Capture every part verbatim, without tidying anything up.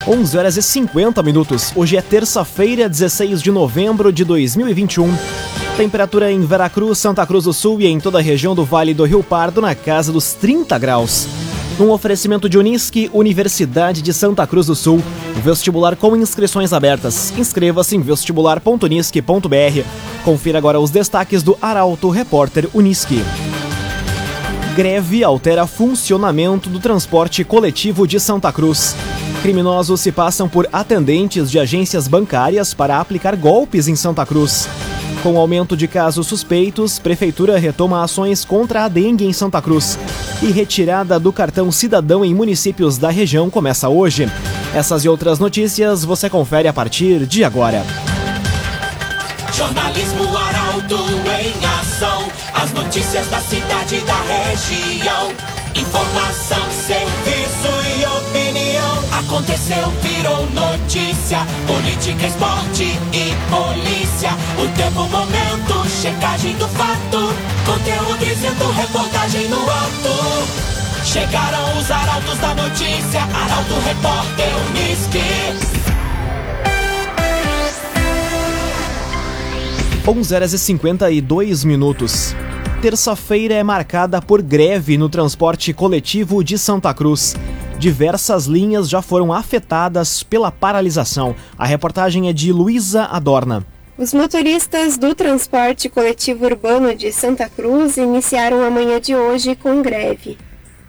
onze horas e cinquenta minutos. Hoje é terça-feira, dezesseis de novembro de dois mil e vinte e um. Temperatura em Veracruz, Santa Cruz do Sul e em toda a região do Vale do Rio Pardo na casa dos trinta graus. Um oferecimento de Unisque, Universidade de Santa Cruz do Sul. Vestibular com inscrições abertas. Inscreva-se em vestibular ponto unisque ponto b r. Confira agora os destaques do Arauto Repórter Unisque. Greve altera funcionamento do transporte coletivo de Santa Cruz. Criminosos se passam por atendentes de agências bancárias para aplicar golpes em Santa Cruz. Com o aumento de casos suspeitos, Prefeitura retoma ações contra a dengue em Santa Cruz. E retirada do cartão cidadão em municípios da região começa hoje. Essas e outras notícias você confere a partir de agora. Jornalismo Arauto em ação. As notícias da cidade e da região. Informação, serviço e opinião. Aconteceu, virou notícia. Política, esporte e polícia. O tempo, momento, checagem do fato. Conteúdo dizendo, reportagem no ato. Chegaram os arautos da notícia. Arauto Repórter Unisque. onze horas e cinquenta e dois minutos. Terça-feira é marcada por greve no transporte coletivo de Santa Cruz. Diversas linhas já foram afetadas pela paralisação. A reportagem é de Luísa Adorna. Os motoristas do transporte coletivo urbano de Santa Cruz iniciaram a manhã de hoje com greve.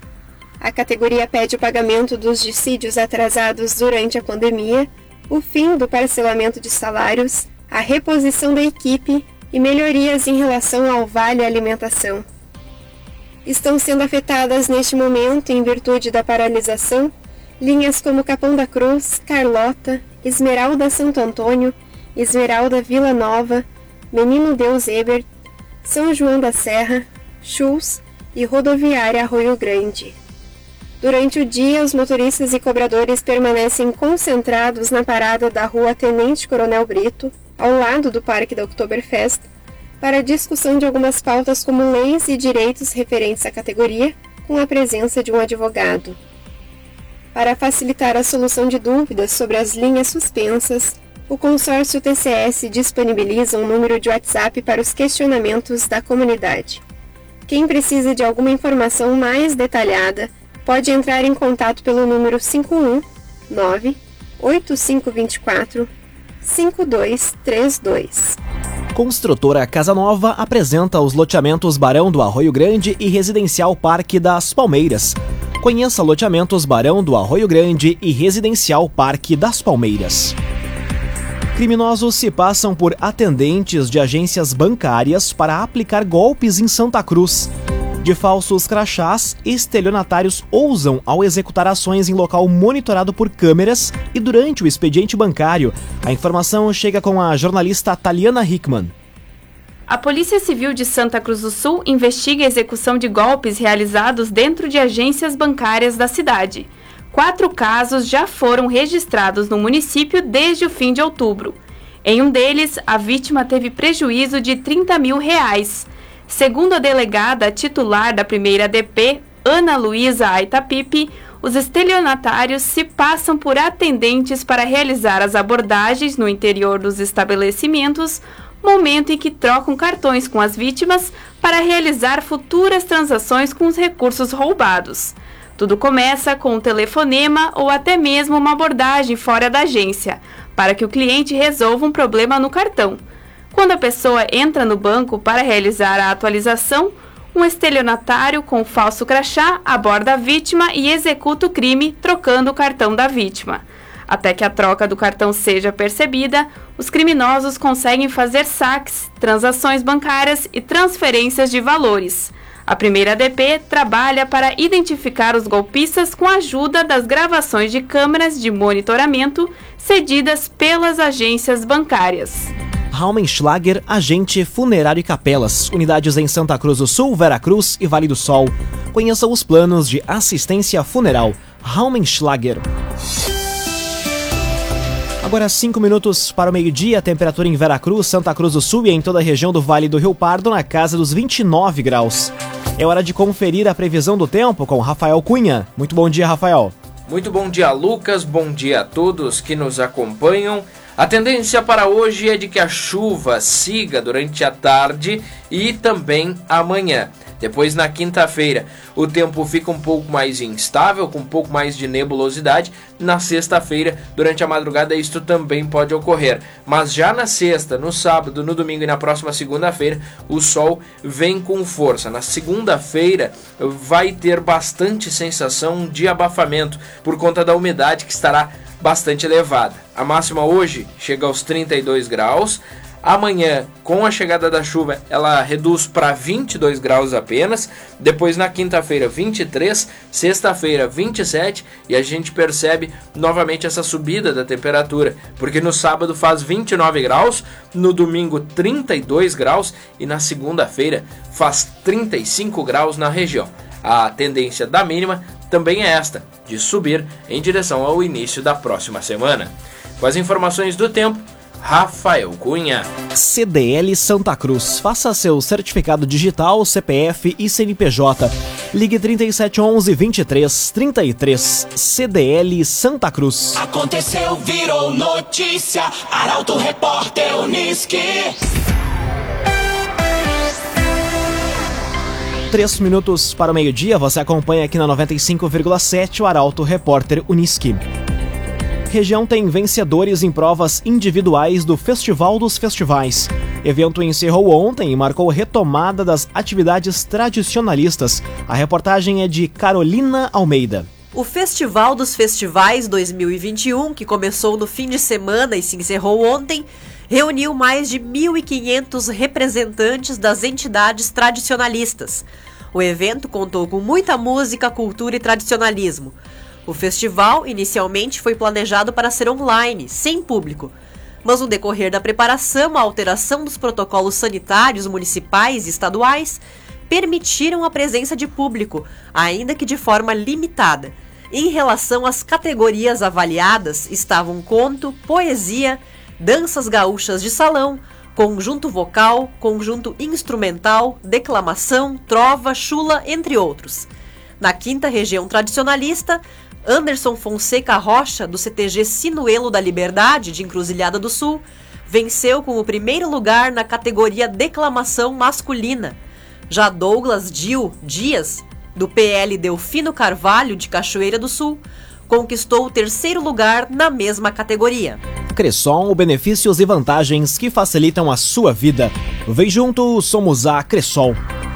A categoria pede o pagamento dos dissídios atrasados durante a pandemia, o fim do parcelamento de salários, a reposição da equipe e melhorias em relação ao vale alimentação. Estão sendo afetadas neste momento, em virtude da paralisação, linhas como Capão da Cruz, Carlota, Esmeralda Santo Antônio, Esmeralda Vila Nova, Menino Deus Ebert, São João da Serra, Chus e Rodoviária Arroio Grande. Durante o dia, os motoristas e cobradores permanecem concentrados na parada da rua Tenente Coronel Brito, ao lado do Parque da Oktoberfest, para a discussão de algumas pautas como leis e direitos referentes à categoria, com a presença de um advogado. Para facilitar a solução de dúvidas sobre as linhas suspensas, o consórcio T C S disponibiliza um número de WhatsApp para os questionamentos da comunidade. Quem precisa de alguma informação mais detalhada, pode entrar em contato pelo número cinco um nove oito cinco dois quatro cinco dois três dois. Construtora Casa Nova apresenta os loteamentos Barão do Arroio Grande e Residencial Parque das Palmeiras. Conheça loteamentos Barão do Arroio Grande e Residencial Parque das Palmeiras. Criminosos se passam por atendentes de agências bancárias para aplicar golpes em Santa Cruz. De falsos crachás, estelionatários ousam ao executar ações em local monitorado por câmeras e durante o expediente bancário. A informação chega com a jornalista Taliana Hickman. A Polícia Civil de Santa Cruz do Sul investiga a execução de golpes realizados dentro de agências bancárias da cidade. Quatro casos já foram registrados no município desde o fim de outubro. Em um deles, a vítima teve prejuízo de trinta mil reais. Segundo a delegada titular da primeira D P, Ana Luísa Aitapipe, os estelionatários se passam por atendentes para realizar as abordagens no interior dos estabelecimentos, momento em que trocam cartões com as vítimas para realizar futuras transações com os recursos roubados. Tudo começa com um telefonema ou até mesmo uma abordagem fora da agência, para que o cliente resolva um problema no cartão. Quando a pessoa entra no banco para realizar a atualização, um estelionatário com falso crachá aborda a vítima e executa o crime trocando o cartão da vítima. Até que a troca do cartão seja percebida, os criminosos conseguem fazer saques, transações bancárias e transferências de valores. A primeira D P trabalha para identificar os golpistas com a ajuda das gravações de câmeras de monitoramento cedidas pelas agências bancárias. Raumenschlager, agente funerário e capelas, unidades em Santa Cruz do Sul, Veracruz e Vale do Sol. Conheça os planos de assistência funeral. Raumenschlager. Agora cinco minutos para o meio-dia, temperatura em Veracruz, Santa Cruz do Sul e em toda a região do Vale do Rio Pardo na casa dos vinte e nove graus. É hora de conferir a previsão do tempo com Rafael Cunha. Muito bom dia, Rafael. Muito bom dia, Lucas. Bom dia a todos que nos acompanham. A tendência para hoje é de que a chuva siga durante a tarde e também amanhã. Depois, na quinta-feira, o tempo fica um pouco mais instável, com um pouco mais de nebulosidade. Na sexta-feira, durante a madrugada, isto também pode ocorrer. Mas já na sexta, no sábado, no domingo e na próxima segunda-feira, o sol vem com força. Na segunda-feira, vai ter bastante sensação de abafamento por conta da umidade que estará bastante elevada. A máxima hoje chega aos trinta e dois graus. Amanhã, com a chegada da chuva, ela reduz para vinte e dois graus apenas. Depois, na quinta-feira, vinte e três. Sexta-feira, vinte e sete. E a gente percebe novamente essa subida da temperatura, porque no sábado faz vinte e nove graus, no domingo trinta e dois graus e na segunda-feira faz trinta e cinco graus na região. A tendência da mínima também é esta, de subir em direção ao início da próxima semana. Com as informações do tempo, Rafael Cunha. C D L Santa Cruz. Faça seu certificado digital, C P F e C N P J. Ligue trinta e sete onze, vinte e três, trinta e três. C D L Santa Cruz. Aconteceu, virou notícia. Arauto Repórter Unisque. Três minutos para o meio-dia, você acompanha aqui na noventa e cinco vírgula sete o Arauto Repórter Unisque. Região tem vencedores em provas individuais do Festival dos Festivais. Evento encerrou ontem e marcou retomada das atividades tradicionalistas. A reportagem é de Carolina Almeida. O Festival dos Festivais dois mil e vinte e um, que começou no fim de semana e se encerrou ontem, reuniu mais de mil e quinhentos representantes das entidades tradicionalistas. O evento contou com muita música, cultura e tradicionalismo. O festival inicialmente foi planejado para ser online, sem público, mas no decorrer da preparação, a alteração dos protocolos sanitários municipais e estaduais permitiram a presença de público, ainda que de forma limitada. Em relação às categorias avaliadas, estavam conto, poesia, danças gaúchas de salão, conjunto vocal, conjunto instrumental, declamação, trova, chula, entre outros. Na quinta região tradicionalista, Anderson Fonseca Rocha, do C T G Sinuelo da Liberdade, de Encruzilhada do Sul, venceu com o primeiro lugar na categoria declamação masculina. Já Douglas Dil Dias, do P L Delfino Carvalho, de Cachoeira do Sul, conquistou o terceiro lugar na mesma categoria. Cresson, benefícios e vantagens que facilitam a sua vida. Vem junto, somos a Cresson.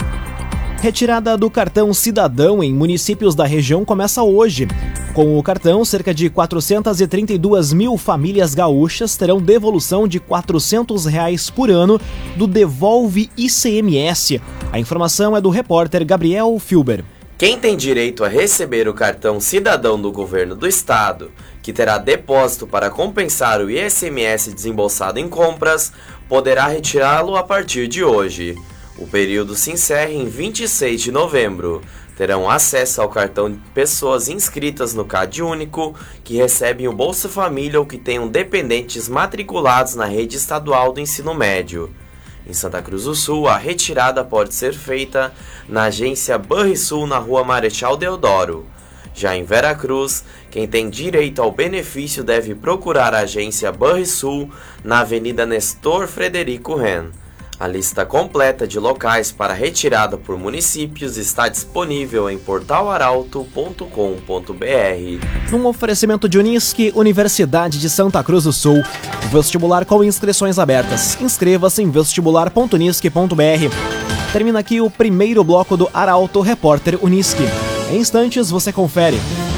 Retirada do cartão cidadão em municípios da região começa hoje. Com o cartão, cerca de quatrocentas e trinta e duas mil famílias gaúchas terão devolução de quatrocentos reais por ano do Devolve I C M S. A informação é do repórter Gabriel Filber. Quem tem direito a receber o cartão cidadão do governo do estado, que terá depósito para compensar o I C M S desembolsado em compras, poderá retirá-lo a partir de hoje. O período se encerra em vinte e seis de novembro. Terão acesso ao cartão pessoas inscritas no C A D Único, que recebem o Bolsa Família ou que tenham dependentes matriculados na rede estadual do ensino médio. Em Santa Cruz do Sul, a retirada pode ser feita na agência Banrisul, na rua Marechal Deodoro. Já em Veracruz, quem tem direito ao benefício deve procurar a agência Banrisul na Avenida Nestor Frederico Ren. A lista completa de locais para retirada por municípios está disponível em portal arauto ponto com ponto b r. Num oferecimento de Unisque, Universidade de Santa Cruz do Sul. Vestibular com inscrições abertas. Inscreva-se em vestibular ponto unisque ponto b r. Termina aqui o primeiro bloco do Arauto Repórter Unisque. Em instantes você confere.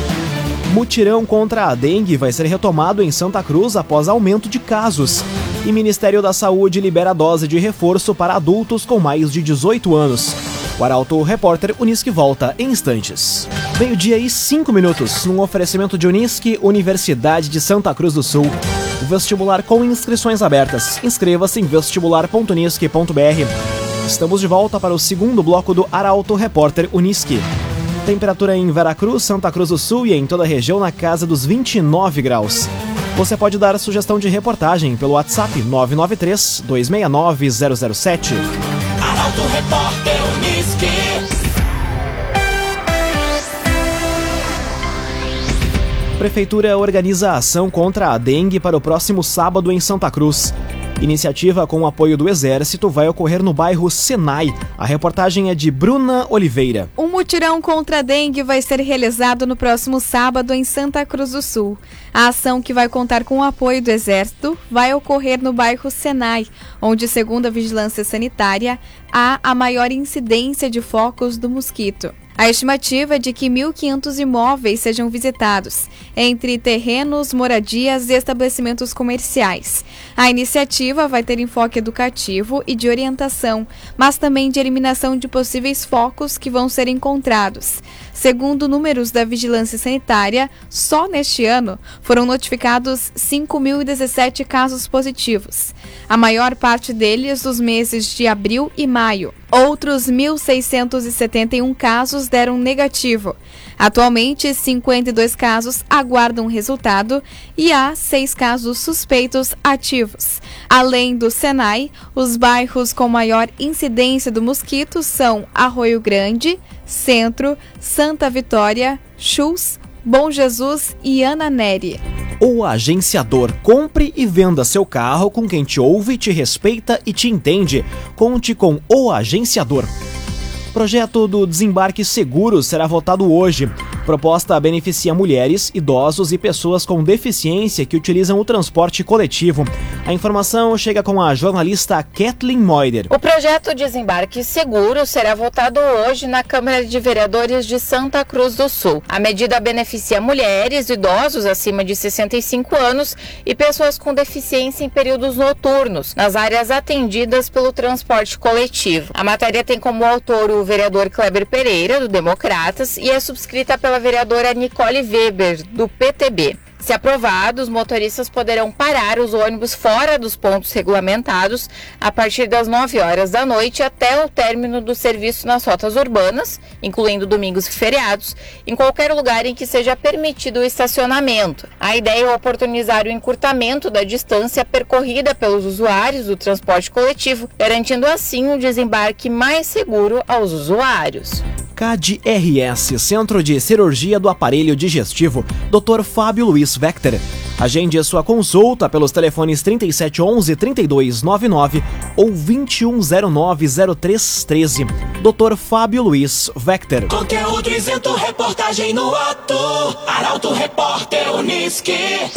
Mutirão contra a dengue vai ser retomado em Santa Cruz após aumento de casos. E Ministério da Saúde libera dose de reforço para adultos com mais de dezoito anos. O Arauto Repórter Unisque volta em instantes. Meio-dia e cinco minutos, num oferecimento de Unisque, Universidade de Santa Cruz do Sul. Vestibular com inscrições abertas. Inscreva-se em vestibular ponto unisque ponto b r. Estamos de volta para o segundo bloco do Arauto Repórter Unisque. Temperatura em Veracruz, Santa Cruz do Sul e em toda a região na casa dos vinte e nove graus. Você pode dar sugestão de reportagem pelo WhatsApp nove nove três, dois seis nove, zero zero sete. Arauto Repórter Unisque. Prefeitura organiza a ação contra a dengue para o próximo sábado em Santa Cruz. Iniciativa com o apoio do Exército vai ocorrer no bairro Senai. A reportagem é de Bruna Oliveira. Um mutirão contra a dengue vai ser realizado no próximo sábado em Santa Cruz do Sul. A ação, que vai contar com o apoio do Exército, vai ocorrer no bairro Senai, onde, segundo a Vigilância Sanitária, há a maior incidência de focos do mosquito. A estimativa é de que mil e quinhentos imóveis sejam visitados, entre terrenos, moradias e estabelecimentos comerciais. A iniciativa vai ter enfoque educativo e de orientação, mas também de eliminação de possíveis focos que vão ser encontrados. Segundo números da Vigilância Sanitária, só neste ano foram notificados cinco mil e dezessete casos positivos, a maior parte deles dos meses de abril e maio. Outros mil seiscentos e setenta e um casos deram negativo. Atualmente, cinquenta e dois casos aguardam resultado e há seis casos suspeitos ativos. Além do Senai, os bairros com maior incidência do mosquito são Arroio Grande, Centro, Santa Vitória, Chus, Bom Jesus e Ana Nery. O agenciador. Compre e venda seu carro com quem te ouve, te respeita e te entende. Conte com o agenciador. Projeto do desembarque seguro será votado hoje. Proposta beneficia mulheres, idosos e pessoas com deficiência que utilizam o transporte coletivo. A informação chega com a jornalista Kathleen Moider. O projeto Desembarque Seguro será votado hoje na Câmara de Vereadores de Santa Cruz do Sul. A medida beneficia mulheres, idosos acima de sessenta e cinco anos e pessoas com deficiência em períodos noturnos, nas áreas atendidas pelo transporte coletivo. A matéria tem como autor o vereador Kleber Pereira, do Democratas, e é subscrita pela vereadora Nicole Weber, do P T B. Se aprovado, os motoristas poderão parar os ônibus fora dos pontos regulamentados a partir das nove horas da noite até o término do serviço nas rotas urbanas, incluindo domingos e feriados, em qualquer lugar em que seja permitido o estacionamento. A ideia é oportunizar o encurtamento da distância percorrida pelos usuários do transporte coletivo, garantindo assim um desembarque mais seguro aos usuários. C A D R S, Centro de Cirurgia do Aparelho Digestivo, doutor Fábio Luiz Vector. Agende sua consulta pelos telefones trinta e sete onze, trinta e dois noventa e nove ou vinte e um zero nove, zero três um três. doutor Fábio Luiz Vector. Conteúdo isento, reportagem no ato. Arauto Repórter Unisque.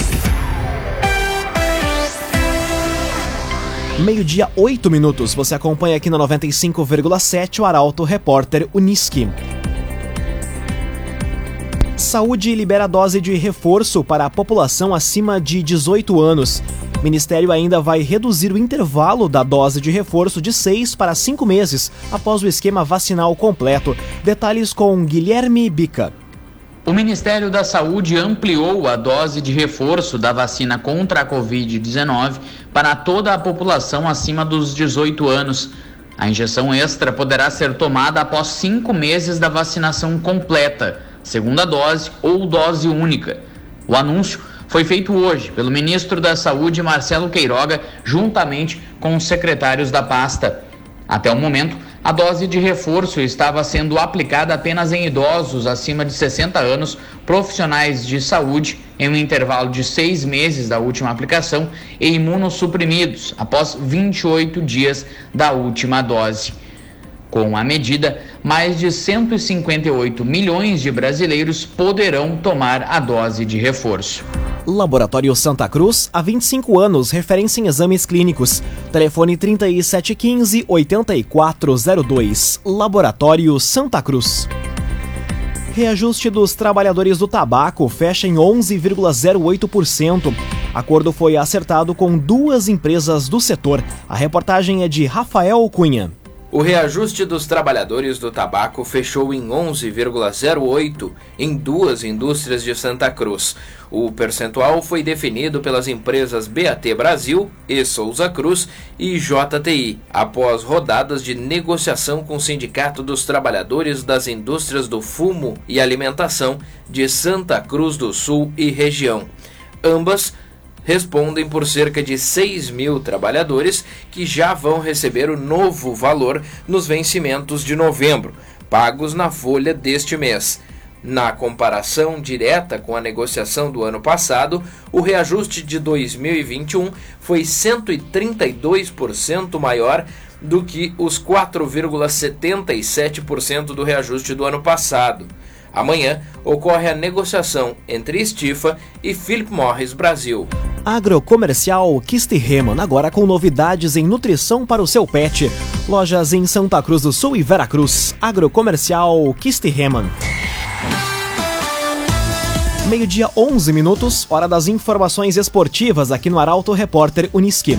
Meio-dia, oito minutos. Você acompanha aqui na noventa e cinco vírgula sete o Arauto Repórter Unisque. Saúde libera dose de reforço para a população acima de dezoito anos. O Ministério ainda vai reduzir o intervalo da dose de reforço de seis para cinco meses após o esquema vacinal completo. Detalhes com Guilherme Bica. O Ministério da Saúde ampliou a dose de reforço da vacina contra a covid dezenove para toda a população acima dos dezoito anos. A injeção extra poderá ser tomada após cinco meses da vacinação completa, segunda dose ou dose única. O anúncio foi feito hoje pelo ministro da Saúde, Marcelo Queiroga, juntamente com os secretários da pasta. Até o momento, a dose de reforço estava sendo aplicada apenas em idosos acima de sessenta anos, profissionais de saúde, em um intervalo de seis meses da última aplicação, e imunossuprimidos, após vinte e oito dias da última dose. Com a medida, mais de cento e cinquenta e oito milhões de brasileiros poderão tomar a dose de reforço. Laboratório Santa Cruz, há vinte e cinco anos, referência em exames clínicos. Telefone trinta e sete quinze, oitenta e quatro zero dois. Laboratório Santa Cruz. Reajuste dos trabalhadores do tabaco fecha em onze vírgula zero oito por cento. Acordo foi acertado com duas empresas do setor. A reportagem é de Rafael Cunha. O reajuste dos trabalhadores do tabaco fechou em onze vírgula zero oito por cento em duas indústrias de Santa Cruz. O percentual foi definido pelas empresas B A T Brasil, E Souza Cruz e J T I, após rodadas de negociação com o Sindicato dos Trabalhadores das Indústrias do Fumo e Alimentação de Santa Cruz do Sul e região. Ambas respondem por cerca de seis mil trabalhadores que já vão receber o novo valor nos vencimentos de novembro, pagos na folha deste mês. Na comparação direta com a negociação do ano passado, o reajuste de dois mil e vinte e um foi cento e trinta e dois por cento maior do que os quatro vírgula setenta e sete por cento do reajuste do ano passado. Amanhã ocorre a negociação entre Estifa e Philip Morris Brasil. Agrocomercial Kistihemann, agora com novidades em nutrição para o seu pet. Lojas em Santa Cruz do Sul e Veracruz. Agrocomercial Kistihemann. Meio-dia, onze minutos, hora das informações esportivas aqui no Arauto Repórter Uniski.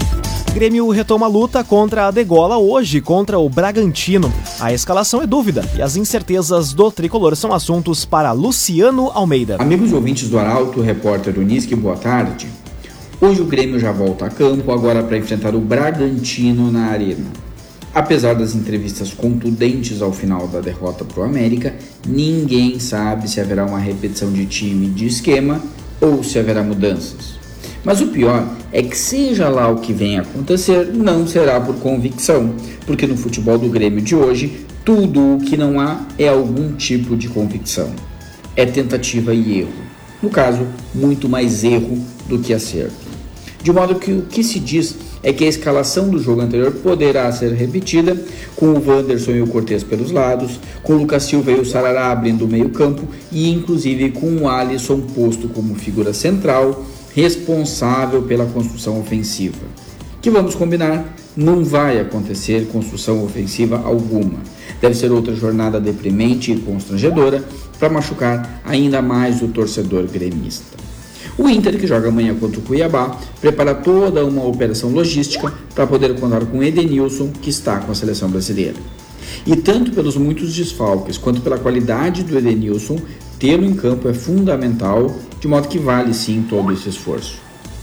Grêmio retoma a luta contra a Degola hoje contra o Bragantino. A escalação é dúvida e as incertezas do tricolor são assuntos para Luciano Almeida. Amigos e ouvintes do Arauto Repórter Uniski, boa tarde. Hoje o Grêmio já volta a campo, agora para enfrentar o Bragantino na Arena. Apesar das entrevistas contundentes ao final da derrota para o América, ninguém sabe se haverá uma repetição de time de esquema ou se haverá mudanças. Mas o pior é que seja lá o que venha a acontecer, não será por convicção, porque no futebol do Grêmio de hoje, tudo o que não há é algum tipo de convicção. É tentativa e erro. No caso, muito mais erro do que acerto. De modo que o que se diz é que a escalação do jogo anterior poderá ser repetida, com o Wanderson e o Cortez pelos lados, com o Lucas Silva e o Sarará abrindo o meio campo e inclusive com o Alisson posto como figura central, responsável pela construção ofensiva. Que vamos combinar, não vai acontecer construção ofensiva alguma. Deve ser outra jornada deprimente e constrangedora para machucar ainda mais o torcedor gremista. O Inter, que joga amanhã contra o Cuiabá, prepara toda uma operação logística para poder contar com Edenilson, que está com a seleção brasileira. E tanto pelos muitos desfalques quanto pela qualidade do Edenilson, tê-lo em campo é fundamental, de modo que vale sim todo esse esforço.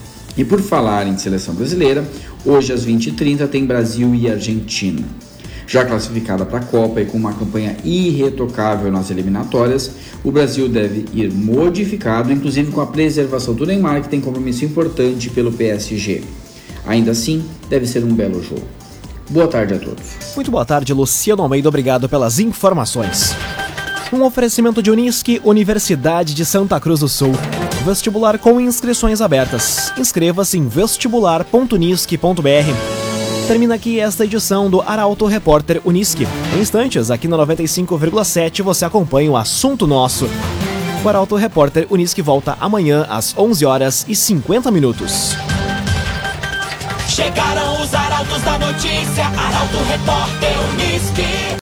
E por falar em seleção brasileira, hoje às vinte e trinta tem Brasil e Argentina. Já classificada para a Copa e com uma campanha irretocável nas eliminatórias, o Brasil deve ir modificado, inclusive com a preservação do Neymar, que tem compromisso importante pelo P S G. Ainda assim, deve ser um belo jogo. Boa tarde a todos. Muito boa tarde, Luciano Almeida. Obrigado pelas informações. Um oferecimento de Uniski, Universidade de Santa Cruz do Sul. Vestibular com inscrições abertas. Inscreva-se em vestibular ponto unisque ponto b r. Termina aqui esta edição do Arauto Repórter Uniski. Em instantes, aqui no noventa e cinco vírgula sete, você acompanha o assunto nosso. O Arauto Repórter Uniski volta amanhã às onze horas e cinquenta minutos. Chegaram os arautos da notícia, Arauto Repórter Uniski.